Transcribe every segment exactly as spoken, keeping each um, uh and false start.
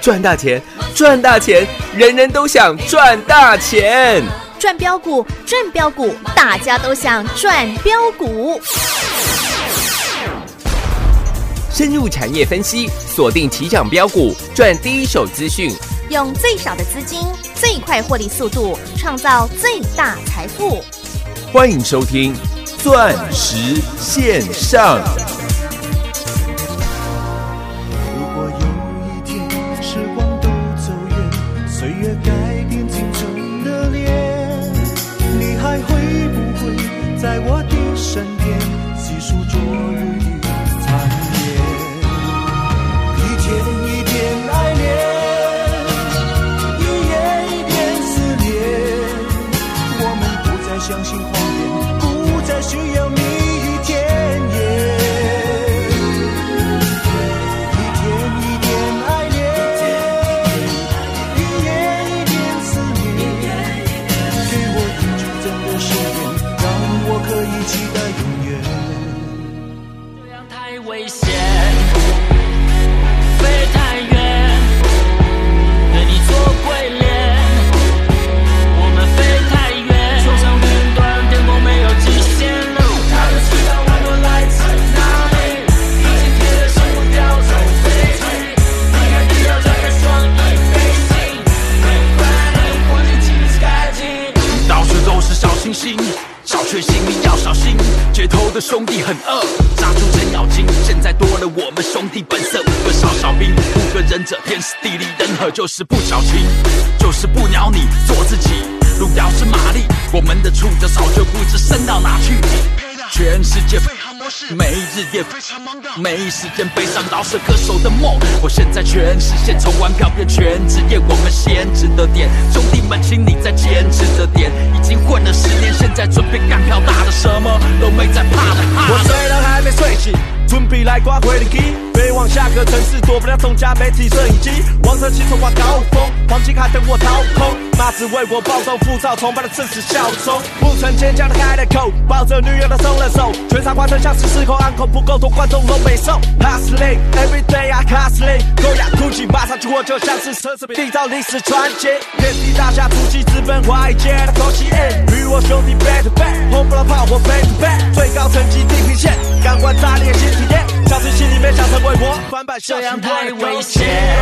赚大钱，赚大钱，人人都想赚大钱。 赚标股，赚标股，大家都想赚标股。 深入产业分析，锁定起涨标股，赚第一手资讯， 用最少的资金，最快获利速度，创造最大财富。 欢迎收听钻石线上。 如果有一天时光都走远，岁月改变青春的脸，你还会不会在我的身边细数昨日的残念？一天一点爱恋，一夜一点思念，我们不再相信谎言，不再需要蜜语甜言。一天一点爱恋，一夜一点思念，给我一句真的誓言，让我可以期待永远。 这样太危险，飞太远，对你做鬼脸，我们飞太远，冲上云端，天空没有极限路，他们知道我们来自哪里，已经贴了心不掉走飞去，离开地球张开双翼飞行，没关系，我已经是开机，到处都是小星星，小确幸你要小心，街头的兄弟很饿，杀猪程咬金，现在多了我们兄弟本色，五个少小兵，五个忍者，天时地利人和，就是不矫情，就是不鸟你，做自己，路遥知马力，我们的触角早就不知伸到哪去，全世界没日夜非常忙的，没时间悲伤饶舌歌手的梦，我现在全实现，从玩票变全职业，我们先值得点，兄弟们请你再坚持着点，已经混了十年，现在准备干票大的，什么都没在怕的，怕的我虽然还没睡醒，准备来刮回灵机，飞往下个城市，躲不了众家媒体摄影机，王者骑手挂高峰，黄金海等我掏空，妈子为我暴动浮躁，崇拜的刺史效忠，不曾坚强的开了口，抱着女友的松了手，全场观众像是失控，安可不够多，观众都没送 Hustling every day I hustling， 高雅酷气马上去我就像是奢侈品，缔造历史传奇，遍地大侠突击资本华尔街的口气 in， 与我兄弟 back to back， 红不了炮火 back to back， 最高层级地平线，感官炸裂新体验，小心心里面想成为我翻版这样太危险，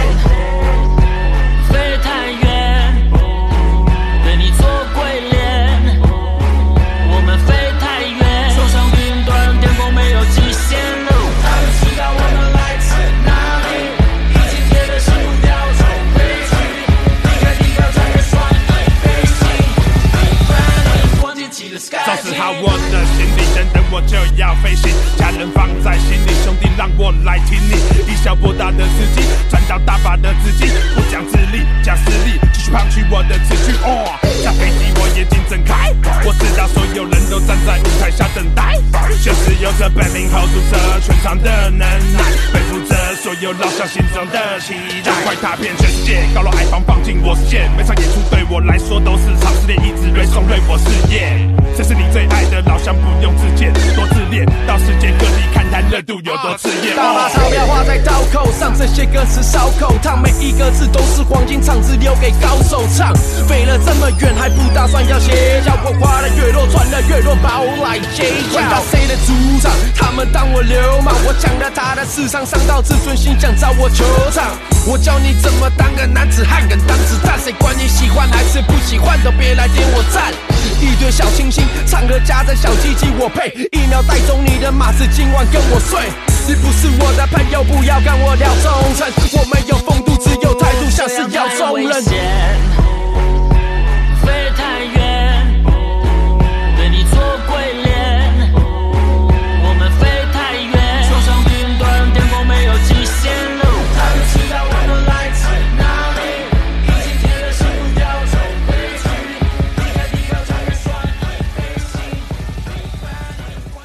飞太远，对你做鬼脸，我们飞太远，冲上云端，天空没有极限路，他们知道我们来自哪里，已经贴了心不掉走飞去，离开地球张开双翼飞行，没关系，光天起了 sky， 收拾好我的行李，等等我就要飞行，家人放在心里，兄弟让我来听你，以小博大的司机，赚到大把的资金，不讲自力，讲实力，继续胖取我的词句。哦，下飞机我眼睛睁开，我知道所有人都站在舞台下等待，确实有着本领 hold 住这全场的能耐，背负着所有老乡心中的期待，快踏遍全世界，高楼矮房放进我视线，每场演出对我来说都是场试炼，一直锐送锐我事业，这是你最爱的老乡，不用自荐，多自恋，到世界各地看看热度有多炽烈。 大把钞票画在刀口上，这些歌词烧口烫，每一个字都是黄金，唱只留给高手唱。飞了这么远，还不打算要歇脚，我花的越多，赚的越多，把我来揭晓。到谁的主场，他们当我流氓，我抢了他的市场，伤到自尊心，想找我球场。我教你怎么当个男子汉，跟当子弹，谁管你喜欢还是不喜欢，都别来点我赞。一堆小清新，唱歌夹着小鸡鸡，我配一秒带走你的马子，今晚跟我睡。你不是我的朋友，不要跟我聊忠诚。我没有风度，只有态度，像是要中人。 飞太远，对你做鬼脸，我们飞太远，冲上云端，天空没有极限路，他们知道我们来自哪里，已经贴了心不掉走回去，离开地球张开双翼飞行。 欢迎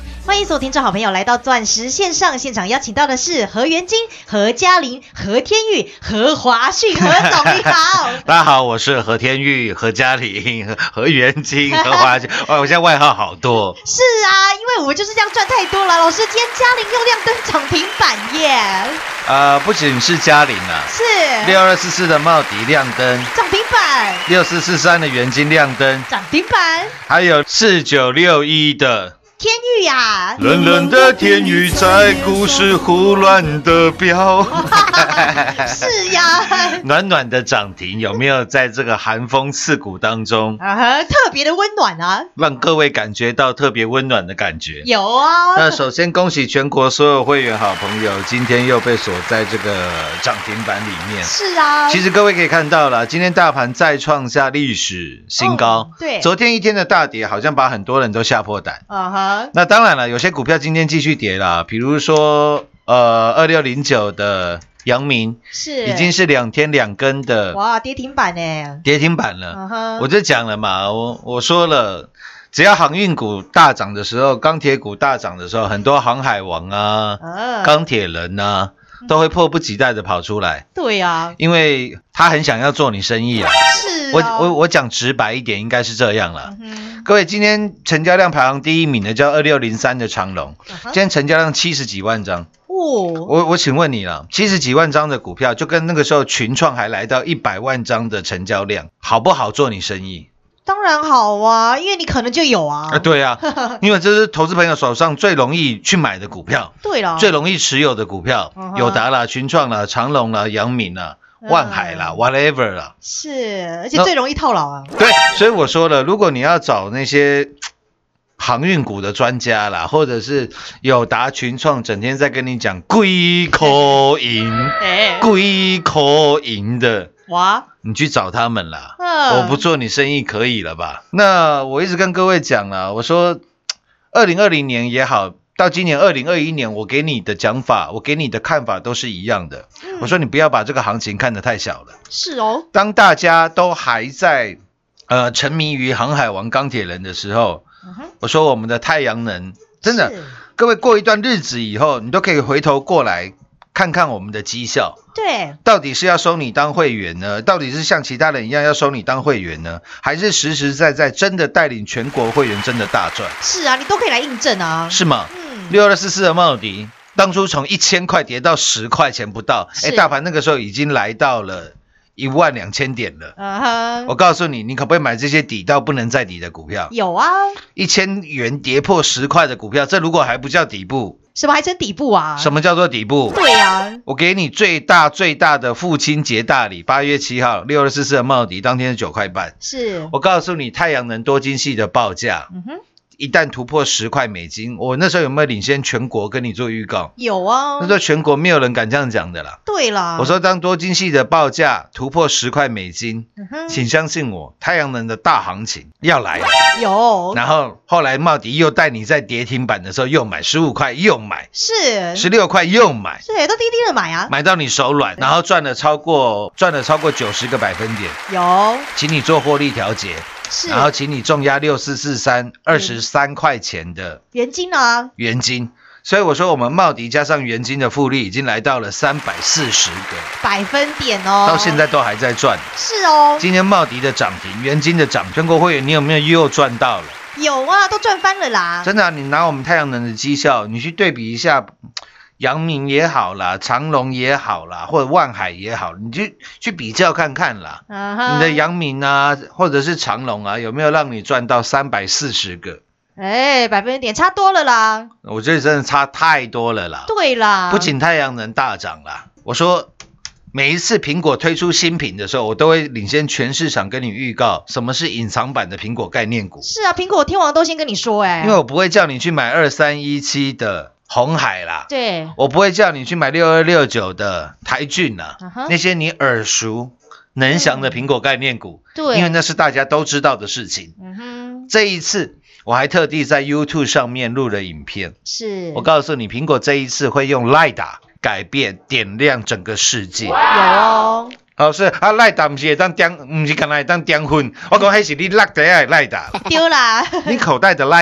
所有听众好朋友来到钻石线上现场，邀请到的是何元金、何嘉玲、何天玉、何华讯，何总你好。 大家好，我是何天玉、何嘉玲、何元金、何华讯。哇，我现在外号好多。 是啊，因为我们就是这样赚太多了。老师，今天嘉玲又亮灯涨停板耶！ 呃，不仅是嘉玲啊， 是六二四四的茂迪亮灯， 涨停板， 六四四三的元金亮灯， 涨停板， 还有四九六一的。 天域呀， 冷冷的天域在股市胡乱的飙， 是呀， 暖暖的涨停有没有在这个寒风刺骨当中啊，特别的温暖啊， 让各位感觉到特别温暖的感觉？ 有啊。 那首先恭喜全国所有会员好朋友，今天又被锁在这个涨停板里面。 是啊， 其实各位可以看到了，今天大盘再创下历史新高， 嗯、对， 昨天一天的大跌好像把很多人都吓破胆。 啊哈。 那当然了，有些股票今天继续跌了，比如说呃二六零九的阳明， 是已经是两天两根的哇跌停板呢， 跌停板了。 uh-huh. 我就讲了嘛，我我说了，只要航运股大涨的时候，钢铁股大涨的时候，很多航海王啊、uh. 钢铁人啊，都会迫不及待的跑出来。 对啊， 因为他很想要做你生意啊。 是啊， 我我我讲直白一点，应该是这样啦。 嗯各位，今天成交量排行第一名的叫二六零三的长荣， uh-huh. 今天成交量七十几万张。哦，我我请问你了，七十几万张的股票，就跟那个时候群创还来到一百万张的成交量，好不好做你生意？ 当然好啊，因为你可能就有啊。 啊对啊，因为这是投资朋友手上最容易去买的股票， 对了， 最容易持有的股票， uh-huh. 友达啦、群创啦、长荣啦、阳明啦。万海啦、嗯、，whatever 啦， 是，而且最容易套牢啊。 对，所以我说了，如果你要找那些航运股的专家啦，或者是友达、群创，整天在跟你讲贵口银、贵口银的，哇，你去找他们啦。嗯、我不做你生意可以了吧？那我一直跟各位讲啦，我说二零二零年也好。到今年二零二一年，我给你的讲法，我给你的看法都是一样的。嗯、我说你不要把这个行情看得太小了。 是哦。当大家都还在呃沉迷于航海王、钢铁人的时候，嗯、我说我们的太阳能真的，各位过一段日子以后，你都可以回头过来看看我们的绩效。 对， 到底是要收你当会员呢？到底是像其他人一样要收你当会员呢？还是实实在在真的带领全国会员真的大赚？ 是啊，你都可以来印证啊。 是吗？六二四四的茂迪，当初从一千块跌到十块钱不到，哎，大盘那个时候已经来到了一万两千点了。Uh-huh. 我告诉你，你可不可以买这些底到不能再底的股票？ 有啊， 一千元跌破十块的股票，这如果还不叫底部， 什么还称底部啊？ 什么叫做底部？ 对啊， 我给你最大最大的父亲节大礼，八月七号六二四四的茂迪，当天是九块半。 是， 我告诉你，太阳能多晶系的报价。嗯哼。一旦突破十块美金，我那时候有没有领先全国跟你做预告？ 有啊， 那时候全国没有人敢这样讲的啦。 对啦， 我说当多晶系的报价突破十块美金，嗯、请相信我，太阳能的大行情要来了。 有， 然后后来茂迪又带你在跌停板的时候又买十五块又买， 是十六块又买， 是都低低的买啊， 买到你手软，然后赚了超过赚了超过九十个百分点。 有， 请你做获利调节。然后请你重压六四四三二十三块钱的元金啊， 元金，所以我说我们茂迪加上元金的复利已经来到了三百四十个百分点哦， 到现在都还在赚。 是哦， 今天茂迪的涨停，元金的涨，全国会员你有没有又赚到了？ 有啊，都赚翻了啦！ 真的、啊，你拿我们太阳能的绩效，你去对比一下。阳明也好啦，长荣也好啦，或者万海也好，你就去比较看看啦。Uh-huh. 你的阳明啊，或者是长荣啊，有没有让你赚到三百四十个？ 哎，百分点差多了啦。 我觉得真的差太多了啦。 对啦， 不仅太阳能大涨啦，我说每一次苹果推出新品的时候，我都会领先全市场跟你预告什么是隐藏版的苹果概念股。 是啊，苹果天王都先跟你说哎、欸， 因为我不会叫你去买二三一七的。鸿海啦， 对， 我不会叫你去买六二六九的台骏啦、uh-huh. 那些你耳熟能详的苹果概念股，对，因为那是大家都知道的事情。嗯哼，这一次我还特地在 YouTube 上面录了影片，是我告诉你，苹果这一次会用 LiDAR 改变点亮整个世界。有哦。哦，是啊，赖达不是会当点，不是干那会当点昏。我讲那是你落地的赖达。丢啦！你口袋的赖达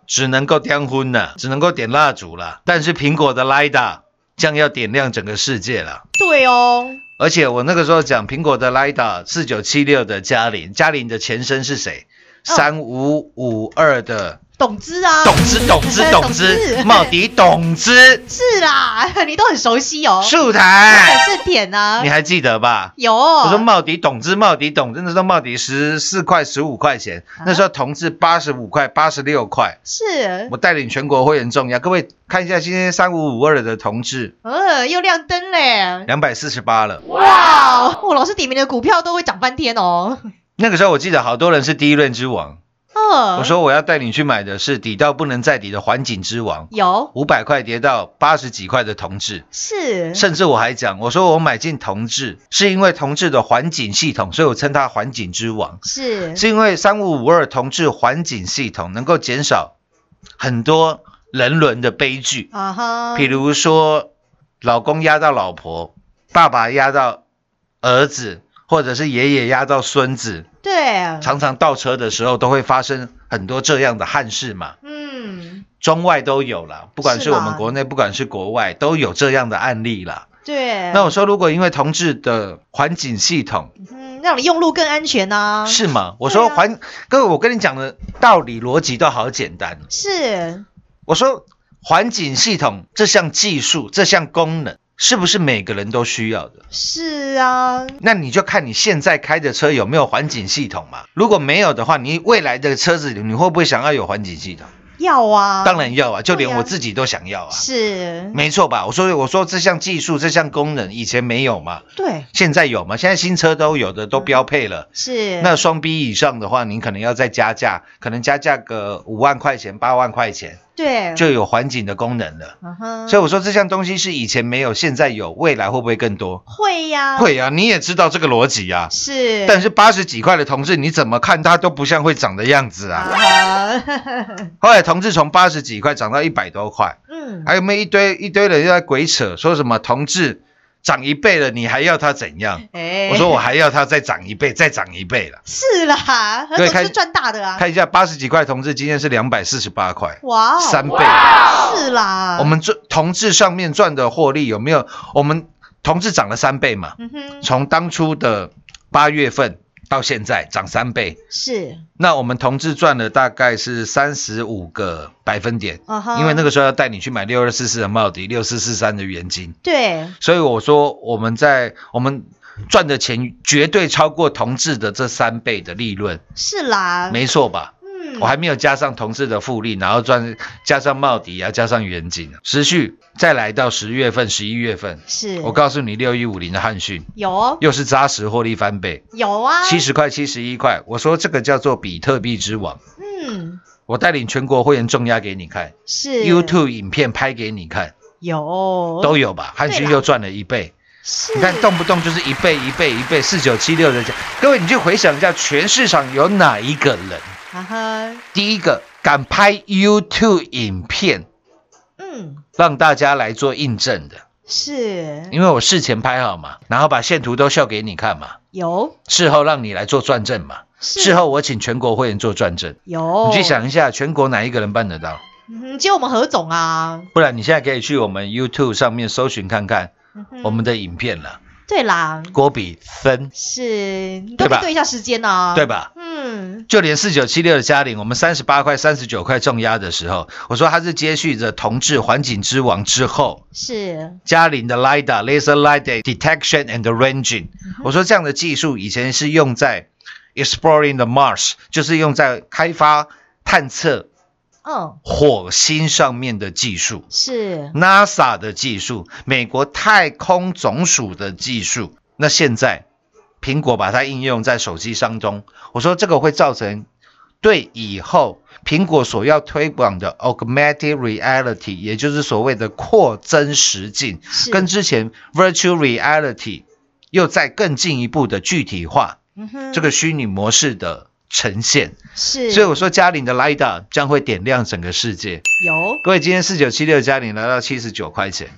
只能够点昏了，只能够点蜡烛了。但是苹果的 LiDAR 将要点亮整个世界了。 对哦。 而且我那个时候讲苹果的 LiDAR 四九七六的嘉陵，嘉陵的前身是谁？三五五二的董之啊， 董之董之董之，茂迪董之， 是啦，你都很熟悉哦。 树台是点啊， 你还记得吧？ 有。 我说茂迪董之，茂迪董之，那时候茂迪十四块、十五块钱，啊、那时候同志八十五块、八十六块。 是。 我带领全国会员重压，各位看一下今天三五五二的同志， 呃，又亮灯嘞， 两百四十八了。 哇，我老师点名的股票都会涨半天哦。 那个时候我记得好多人是第一轮之王。 哦、 我说我要带你去买的是底到不能再底的环景之王， 有五百块跌到八十几块的同志， 是， 甚至我还讲，我说我买进同志是因为同志的环景系统，所以我称它环景之王， 是， 是因为三五五二同志环景系统能够减少很多人伦的悲剧，啊哈，比如说老公压到老婆，爸爸压到儿子，或者是爷爷压到孙子。 对， 常常倒车的时候都会发生很多这样的憾事嘛。嗯，中外都有啦，不管是我们国内，不管是国外，都有这样的案例啦。 对。 那我说，如果因为同志的环境系统， 嗯，让你用路更安全啊， 是吗？我说环，啊、各位，我跟你讲的道理逻辑都好简单。 是。 我说环境系统这项技术，这项功能。是不是每个人都需要的？ 是啊， 那你就看你现在开的车有没有环境系统嘛。如果没有的话，你未来的车子里你会不会想要有环境系统？ 要啊， 当然要啊，就连我自己都想要啊。 是， 没错吧？我说我说这项技术这项功能以前没有嘛， 对， 现在有嘛，现在新车都有的都标配了。 是， 那双 B 以上的话，你可能要再加价，可能加价个五万块钱、八万块钱。 对， 就有环境的功能了。Uh-huh. 所以我说这项东西是以前没有，现在有，未来会不会更多？ 会呀， 会呀，你也知道这个逻辑啊。 是， 但是八十几块的同志，你怎么看它都不像会涨的样子啊。Uh-huh. 后来同志从八十几块涨到一百多块，嗯，还有没有一堆一堆人又在鬼扯，说什么同志涨一倍了，你还要它怎样？欸、我说我还要它再涨一倍，再涨一倍了。 是啦，何总是赚大的啊！ 看一下八十几块同志，今天是两百四十八块， 哇， 三倍。 是啦， 我们同志上面赚的获利有没有？我们同志涨了三倍嘛？嗯哼，从当初的八月份到现在涨三倍， 是。 那我们同志赚了大概是三十五个百分点， uh-huh. 因为那个时候要带你去买六二四四的茂迪，六四四三的元金， 对。 所以我说我们在我们赚的钱绝对超过同志的这三倍的利润， 是啦， 没错吧？嗯，我还没有加上同志的复利，然后赚加上茂迪啊，加上元金，持续再来到十月份、十一月份， 是我告诉你，六一五零的汉讯有、哦， 又是扎实获利翻倍， 有啊， 七十块、七十一块，我说这个叫做比特币之王，嗯，我带领全国会员重压给你看， 是 YouTube 影片拍给你看， 有都有吧？汉讯又赚了一倍。你看动不动就是一倍一倍一倍四九七六的价，各位你就回想一下，全市场有哪一个人？啊哈，第一个敢拍 YouTube 影片，嗯，让大家来做印证的， 是因为我事前拍好嘛，然后把线图都秀给你看嘛， 有， 事后让你来做转正嘛，事后我请全国会员做转正， 有， 你去想一下，全国哪一个人办得到？ 嗯，只有我们何总啊， 不然你现在可以去我们 YouTube 上面搜寻看看。我们的影片了， 对啦， 郭比森是，你都可以对一下时间啊， 对吧？嗯，就连四九七六的嘉陵，我们三十八块、三十九块重压的时候，我说它是接续着同志环境之王之后， 是嘉陵的 LiDAR Laser LiDAR Detection and Ranging，、嗯、我说这样的技术以前是用在 Exploring the Mars， 就是用在开发探测。嗯，火星上面的技术是 NASA 的技术，美国太空总署的技术。那现在苹果把它应用在手机当中，我说这个会造成对以后苹果所要推广的 Augmented Reality， 也就是所谓的扩增实境，跟之前 Virtual Reality 又再更进一步的具体化，嗯、这个虚拟模式的。呈现是， 所以我说嘉陵的 LiDAR 将会点亮整个世界。 有， 各位，今天四九七六嘉陵来到七十九块钱，嗯，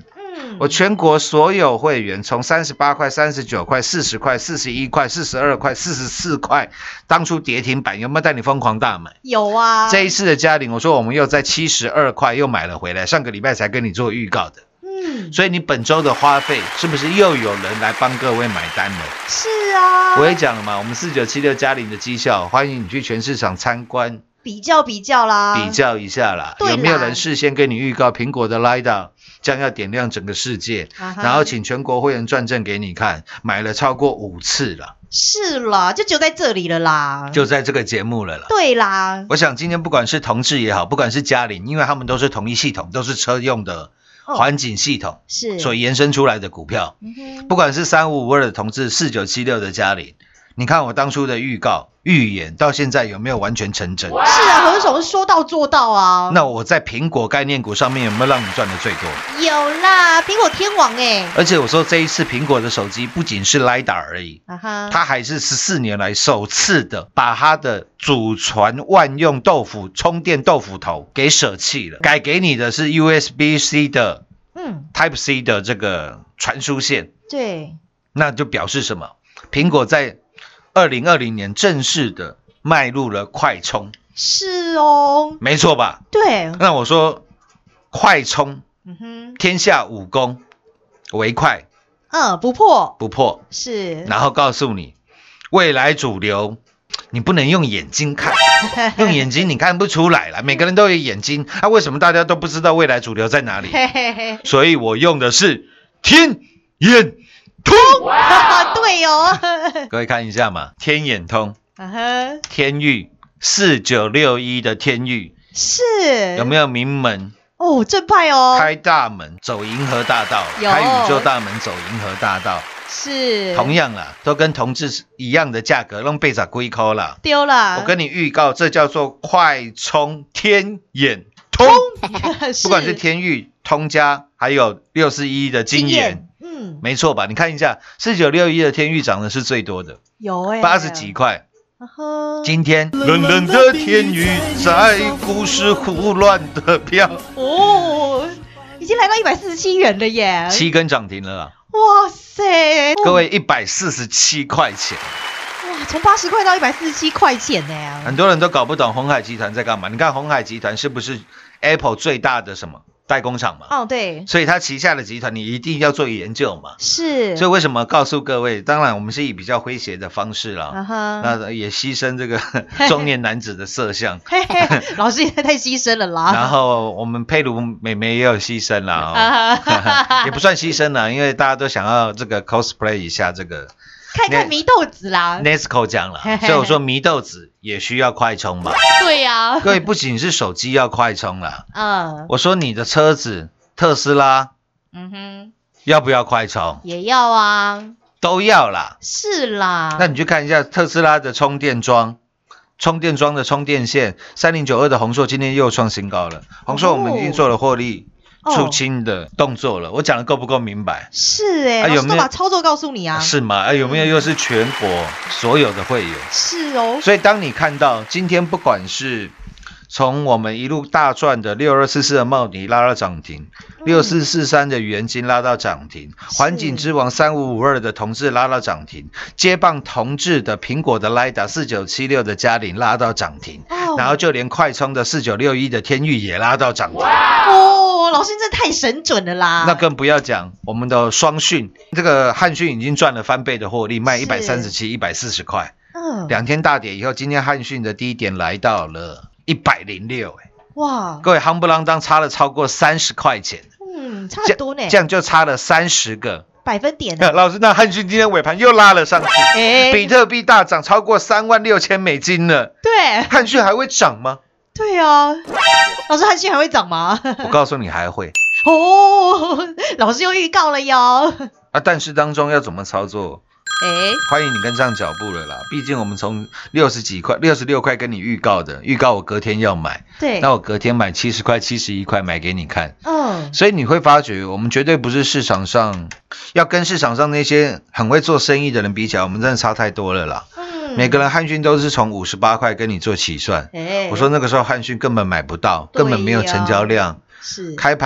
嗯， 我全国所有会员从三十八块、三十九块、四十块、四十一块、四十二块、四十四块，当初跌停板有没有带你疯狂大买？ 有啊。 这一次的嘉玲，我说我们又在七十二块又买了回来，上个礼拜才跟你做预告的。 嗯， 所以你本周的花费是不是又有人来帮各位买单了？ 是啊， 我也讲了嘛，我们四九七六嘉玲的绩效，欢迎你去全市场参观。 比较比较啦， 比较一下啦，有没有人事先跟你预告苹果的 LiDAR 将要点亮整个世界，啊、然后请全国会员转正给你看，买了超过五次了。 是啦，就只有在这里了啦， 就在这个节目了啦。 对啦， 我想今天不管是同志也好，不管是嘉玲，因为他们都是同一系统，都是车用的环景系统，哦、 是所延伸出来的股票。嗯、不管是三五五二的同志，四九七六的嘉玲。你看我当初的预告预言到现在有没有完全成真？是啊，何总说到做到啊。 那我在苹果概念股上面有没有让你赚的最多？ 有啦，苹果天王哎。 而且我说这一次苹果的手机不仅是 LiDAR 而已，啊、 哈它还是十四年来首次的把它的祖传万用豆腐充电豆腐头给舍弃了，改给你的是 U S B C 的，嗯 ，Type C 的这个传输线。 对， 那就表示什么？苹果在二零二零年正式的迈入了快充， 是哦， 没错吧？ 对。 那我说快充， 嗯哼， 天下武功唯快， 嗯，不破不破是。 然后告诉你，未来主流你不能用眼睛看，用眼睛你看不出来了。每个人都有眼睛，啊，为什么大家都不知道未来主流在哪里？所以我用的是天眼通， 对哦， 各位看一下嘛，天眼通， uh-huh. 天域四九六一的天域是有没有名门？ 哦，正派哦， 开大门走银河大道，开宇宙大门走银河大道， 是同样啦，都跟同志一样的价格，弄被咋龟抠啦， 丢了。 我跟你预告，这叫做快充天眼通，不管是天域、通家，还有六四一的金眼。嗯，没错吧？你看一下，四九六一的天域涨的是最多的， 有哎、欸， 八十几块。 Uh-huh. 今天冷冷的天域在股市胡乱的飘， 哦，已经来到一百四十七元了耶， 七根涨停了啦！ 哇塞， 各位一百四十七块钱， 哇，从八十块到一百四十七块钱呢。 很多人都搞不懂鸿海集团在干嘛。你看鸿海集团是不是 Apple 最大的什么？代工厂嘛， 哦对， 所以他旗下的集团你一定要做研究嘛， 是， 所以为什么告诉各位？当然我们是以比较诙谐的方式啦， uh-huh. 那也牺牲这个中年男子的色相， 老师也太牺牲了啦。 然后我们佩如妹妹也有牺牲啦、哦，也不算牺牲啦，因为大家都想要这个 cosplay 一下这个。 看看祢豆子啦 Nesco 讲了，所以我说祢豆子也需要快充吧。 对呀、啊， 各位不仅是手机要快充啦， 嗯， 我说你的车子特斯拉，嗯哼，要不要快充？ 也要啊， 都要啦。 是啦， 那你去看一下特斯拉的充电桩，充电桩的充电线，三零九二的宏硕今天又创新高了。宏硕我们已经做了获利。哦出清的动作了，我讲的够不够明白？ 是哎、欸，啊、有没有把操作告诉你啊？ 是吗？啊，有没有又是全国所有的会员？ 是哦。 所以当你看到今天不管是从我们一路大赚的六二四四的茂迪拉到涨停，六四四三的元金拉到涨停，环境之王三五五二的同志拉到涨停，接棒同志的苹果的 LiDAR 四九七六的嘉玲拉到涨停，哦、然后就连快充的四九六一的天域也拉到涨停。 哦，老师真的太神准了啦！ 那更不要讲我们的双讯，这个汉讯已经赚了翻倍的获利，卖一百三十七、一百四十块。嗯，两天大跌以后，今天汉讯的低点来到了一百零六，哎，哇！各位夯不啷当差了超过三十块钱， 嗯，差很多呢， 这样就差了三十个百分点。 老师，那汉讯今天尾盘又拉了上去，欸、比特币大涨超过三万六千美金了。 对， 汉讯还会涨吗？ 对啊，老师汉讯还会涨吗？ 我告诉你还会。 哦，老师又预告了哟。 啊，但是当中要怎么操作？哎，欢迎你跟上脚步了啦！毕竟我们从六十几块、六十六块跟你预告的，预告我隔天要买， 对， 那我隔天买七十块、七十一块买给你看。 嗯， 所以你会发觉，我们绝对不是市场上要跟市场上那些很会做生意的人比起来，我们真的差太多了啦。嗯，每个人汉讯都是从五十八块跟你做起算，我说那个时候汉讯根本买不到，根本没有成交量， 是开盘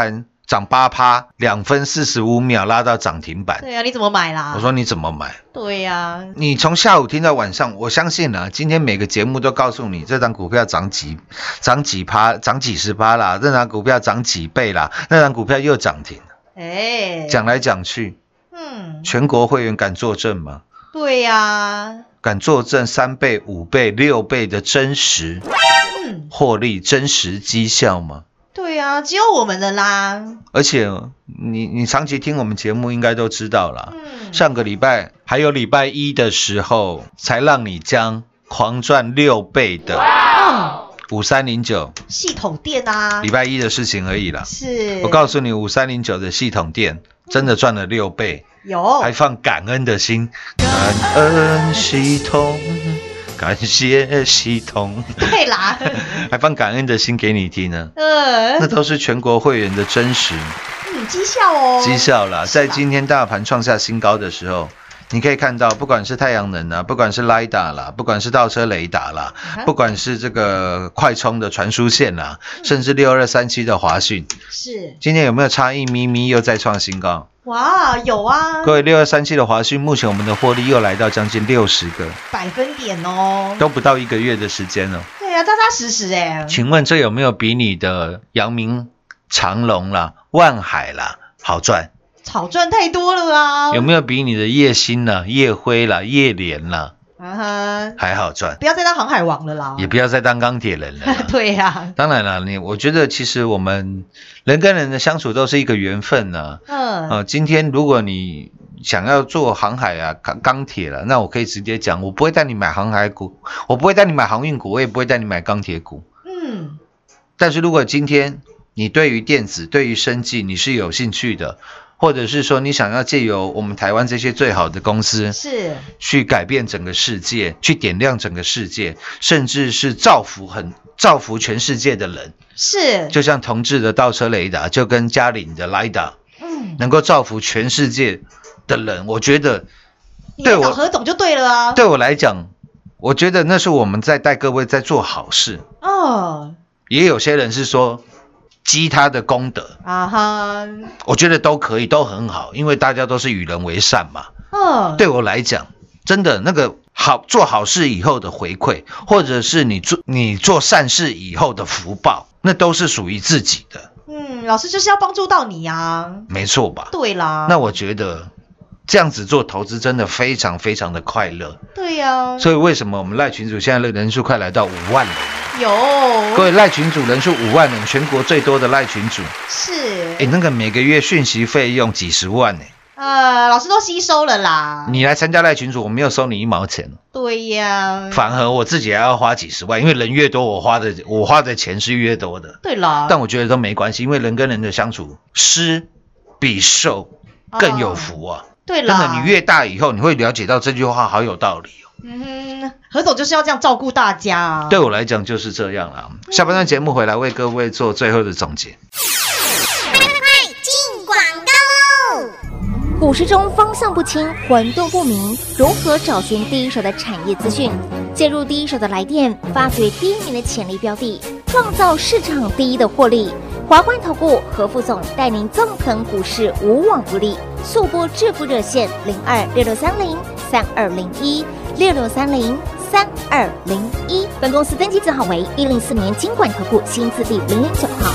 涨八趴，两分四十五秒拉到涨停板。 对啊，你怎么买啦？ 我说你怎么买？ 对呀、啊， 你从下午听到晚上，我相信啊，今天每个节目都告诉你这张股票涨几涨几趴，涨几十趴啦，这张股票涨几倍啦，那张股票又涨停。 哎， 讲来讲去，嗯，全国会员敢作证吗？ 对呀、啊， 敢作证三倍、五倍、六倍的真实获利、真实绩效吗？ 对啊，只有我们的啦。 而且你你长期听我们节目应该都知道啦，嗯、上个礼拜还有礼拜一的时候，才让你将狂赚六倍的五三零九系统店啊， 礼拜一的事情而已啦。 是， 我告诉你，五三零九的系统店真的赚了六倍， 有还放感恩的心，感恩系统。感谢系统， 对啦， 还放感恩的心给你听呢。 呃， 那都是全国会员的真实， 嗯，绩效哦， 绩效啦。在今天大盘创下新高的时候，你可以看到，不管是太阳能啊，不管是 LiDAR 啦，不管是倒车雷达啦，嗯、不管是这个快充的传输线啦，嗯、甚至六二三七的华讯， 是今天有没有差一咪咪又再创新高？ 哇，有啊！ 各位，六二三七的华讯，目前我们的获利又来到将近六十个百分点哦， 都不到一个月的时间了。 对啊，扎扎实实哎。 请问这有没有比你的阳明、长荣啦、万海啦好赚？ 好赚太多了啊！ 有没有比你的叶星啦、叶辉啦、叶联啦？ 啊哈， 还好赚， 不要再当航海王了啦， 也不要再当钢铁人了。 对呀、啊， 当然了，你我觉得其实我们人跟人的相处都是一个缘分呢、啊。嗯，呃，今天如果你想要做航海啊、钢钢铁了，那我可以直接讲，我不会带你买航海股，我不会带你买航运股，我也不会带你买钢铁股。嗯，但是如果今天你对于电子、对于生技你是有兴趣的。或者是说你想要借由我们台湾这些最好的公司，是去改变整个世界，去点亮整个世界，甚至是造福很造福全世界的人，是就像同志的倒车雷达，就跟嘉陵的 LiDAR， 嗯，能够造福全世界的人，我觉得对我何总就对了啊。 对我来讲，我觉得那是我们在带各位在做好事哦。也有些人是说。积他的功德啊哈，我觉得都可以，都很好，因为大家都是与人为善嘛。嗯，对我来讲，真的那个好做好事以后的回馈，或者是你做你做善事以后的福报，那都是属于自己的。 嗯，老师就是要帮助到你啊， 没错吧？ 对啦， 那我觉得这样子做投资真的非常非常的快乐。 对呀、啊， 所以为什么我们赖群组现在的人数快来到五万人？ 有， 各位赖群组人数五万人，全国最多的赖群组是， 哎，那个每个月讯息费用几十万呢、 欸，呃，老师都吸收了啦。 你来参加赖群组，我没有收你一毛钱。 对呀， 反而我自己还要花几十万，因为人越多，我花的我花的钱是越多的。 对啦， 但我觉得都没关系，因为人跟人的相处，施比受更有福啊。哦、 对啦， 真的，你越大以后，你会了解到这句话好有道理哦。 嗯哼，何总就是要这样照顾大家啊。 对我来讲就是这样啦。嗯、下半段节目回来为各位做最后的总结。 快快快，进广告喽！股市中方向不清、混沌不明，如何找寻第一手的产业资讯？介入第一手的来电，发掘第一名的潜力标的，创造市场第一的获利。华冠投顾何副总带领纵横股市，无往不利。速播致富热线零二六六三零三二零一六六三零三二零一。本公司登记字号为一零四年金管投顾新字第零零九号。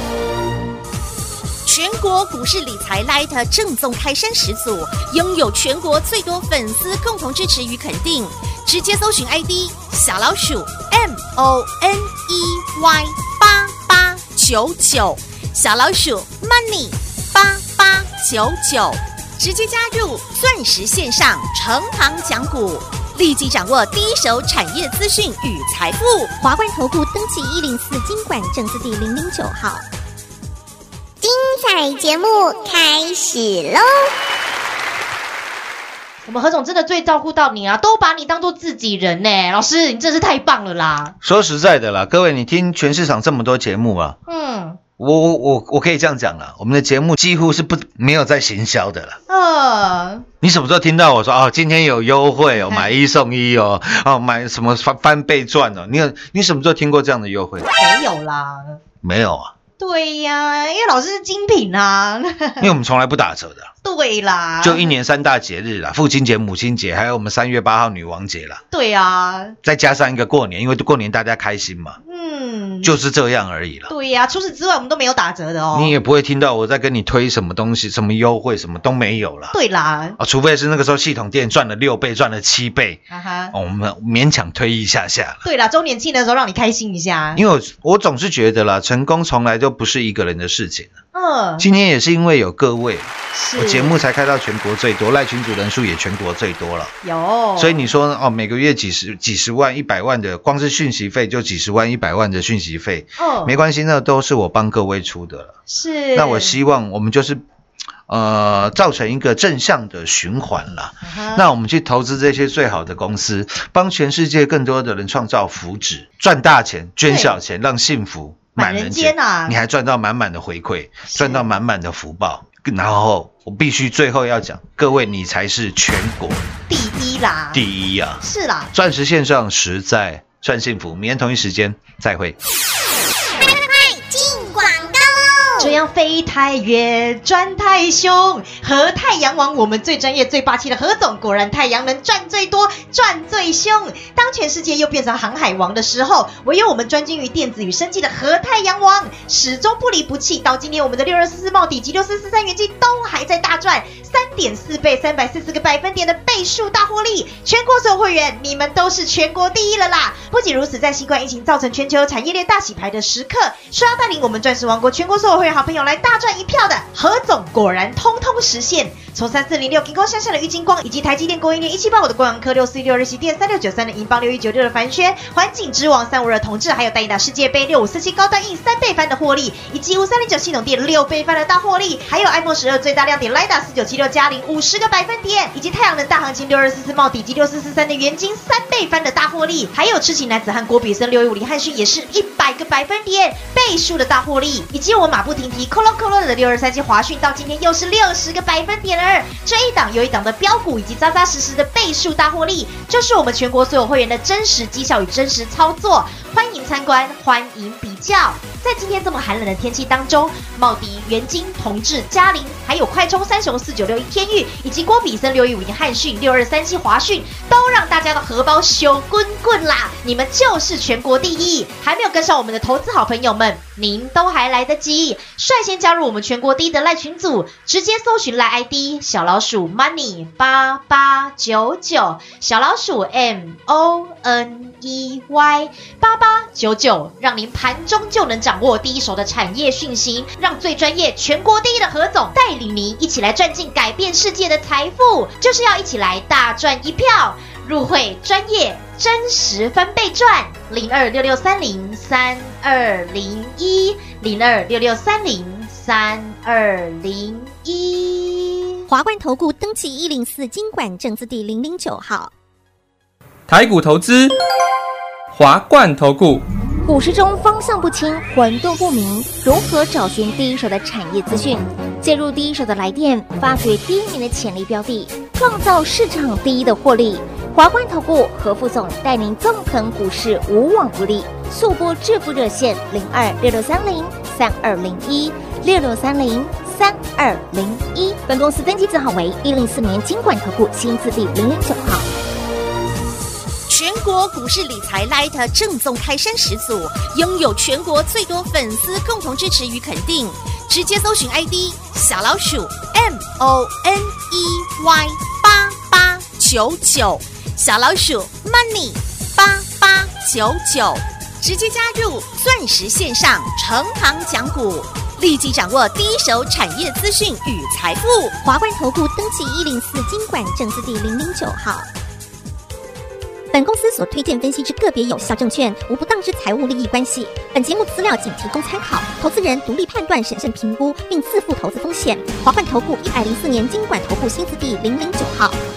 全国股市理财 Light 正宗开山始祖，拥有全国最多粉丝共同支持与肯定。直接搜寻 I D 小老鼠 M O N E Y 八八九九，小老鼠 Money 八八九九，直接加入钻石线上成行讲股，立即掌握第一手产业资讯与财富。华冠投顾登记一零四金管证字第零零九号。精彩节目开始喽！ 我们何总真的最照顾到你啊，都把你当做自己人呢。老师，你真是太棒了啦！ 说实在的啦，各位，你听全市场这么多节目啊，嗯，我我我我可以这样讲啦，我们的节目几乎是不没有在行销的啦。呃，你什么时候听到我说哦，今天有优惠哦，买一送一哦，哦买什么翻翻倍赚哦？你有你什么时候听过这样的优惠？ 没有啦， 没有啊。 对呀，因为老师是精品啊， 因为我们从来不打折的。 对啦， 就一年三大节日啦，父亲节、母亲节，还有我们三月八号女王节啦。 对啊， 再加上一个过年，因为过年大家开心嘛。 嗯， 就是这样而已啦。 对呀、啊，除此之外我们都没有打折的哦。 你也不会听到我在跟你推什么东西，什么优惠，什么都没有啦。 对啦， 哦，除非是那个时候系统店赚了六倍，赚了七倍， 啊哈， 哦，我们勉强推一下下啦。 对啦，周年庆的时候让你开心一下。 因为我我总是觉得啦，成功从来都不是一个人的事情。 嗯， 今天也是因为有各位， 是我节目才开到全国最多，赖群组人数也全国最多了。 有， 所以你说哦，每个月几十几十万、一百万的，光是讯息费就几十万、一百万的讯息费， 哦， 没关系，那都是我帮各位出的了。 是， 那我希望我们就是呃造成一个正向的循环啦。 Uh-huh. 那我们去投资这些最好的公司，帮全世界更多的人创造福祉，赚大钱、捐小钱，让幸福满人间啊！你还赚到满满的回馈，赚到满满的福报。然后我必须最后要讲，各位你才是全国第一啦， 第一啊！ 是啦， 钻石线上实在赚幸福，明天同一时间再会。 这样飞太远，赚太凶。和太阳王，我们最专业、最霸气的何总，果然太阳能赚最多、赚最凶。当全世界又变成航海王的时候，唯有我们专精于电子与生技的和太阳王，始终不离不弃。到今天，我们的六二四四茂底及六四四三元金都还在大赚，三点四倍、三百四十个百分点的倍数大获利。全国所有会员，你们都是全国第一了啦！不仅如此，在新冠疫情造成全球产业链大洗牌的时刻，说要带领我们钻石王国全国所有会员好朋友来大赚一票的何总，果然通通实现。从三四零六金光向下的郁金光，以及台积电、供应链一七八五的光阳科、六四一六日系电、三六九三的银邦、六一九六的凡轩、环境之王三五二同志，还有代打世界杯六五四七高端 E 三倍翻的获利，以及五三零九系统店六倍翻的大获利，还有 iPhone 十二最大亮点莱达四九七六加零五十个百分点，以及太阳能大行情六二四四茂底及六四四三的元金三倍翻的大获利，还有痴情男子汉郭比森六一五零汉讯也是一百个百分点倍数的大获利，以及我马不停蹄扣咯扣咯的六二三七华讯到今天又是六十个百分点了。这一档又一档的标股以及扎扎实实的倍数大获利，就是我们全国所有会员的真实绩效与真实操作。欢迎参观，欢迎比较。在今天这么寒冷的天气当中，茂迪、元金、同志、嘉陵，还有快充三雄四九六一天域，以及郭比森六一五零汉讯、六二三七华讯，都让大家的荷包羞滚滚啦！你们就是全国第一，还没有跟上我们的投资好朋友们，您都还来得及，率先加入我们全国第一的赖群组，直接搜寻赖 I D 小老鼠 money 八八九九，小老鼠 M O N E Y 八八九九，让您盘中就能掌握第一手的产业讯息，让最专业、全国第一的何总带领您一起来赚进改变世界的财富，就是要一起来大赚一票。入会专业真实翻倍赚，零二六六三零三二零一零二六六三零三二零一。 华冠投顾登记一零四金管证字第零零九号。 台股投资，华冠投顾。 股市中方向不清、混沌不明，如何找寻第一手的产业资讯？介入第一手的来电，发掘第一名的潜力标的，创造市场第一的获利。华冠投顾何副总带领纵横股市，无往不利。速播致富热线零二六六三零三二零一六六三零三二零一。本公司登记字号为一零四年金管投顾新字第零零九号。 全国股市理财 Lite 正宗开山始祖，拥有全国最多粉丝共同支持与肯定。直接搜寻 I D 小老鼠 M O N E Y 八八九九，小老鼠 Money 八八九九，直接加入钻石线上成行讲股，立即掌握第一手产业资讯与财富。华冠投顾登记一零四金管证字第零零九号。本公司所推荐分析之个别有效证券，无不当之财务利益关系。本节目资料仅提供参考，投资人独立判断、审慎评估，并自负投资风险。华冠投顾一百零四年金管投顾新字第零零九号。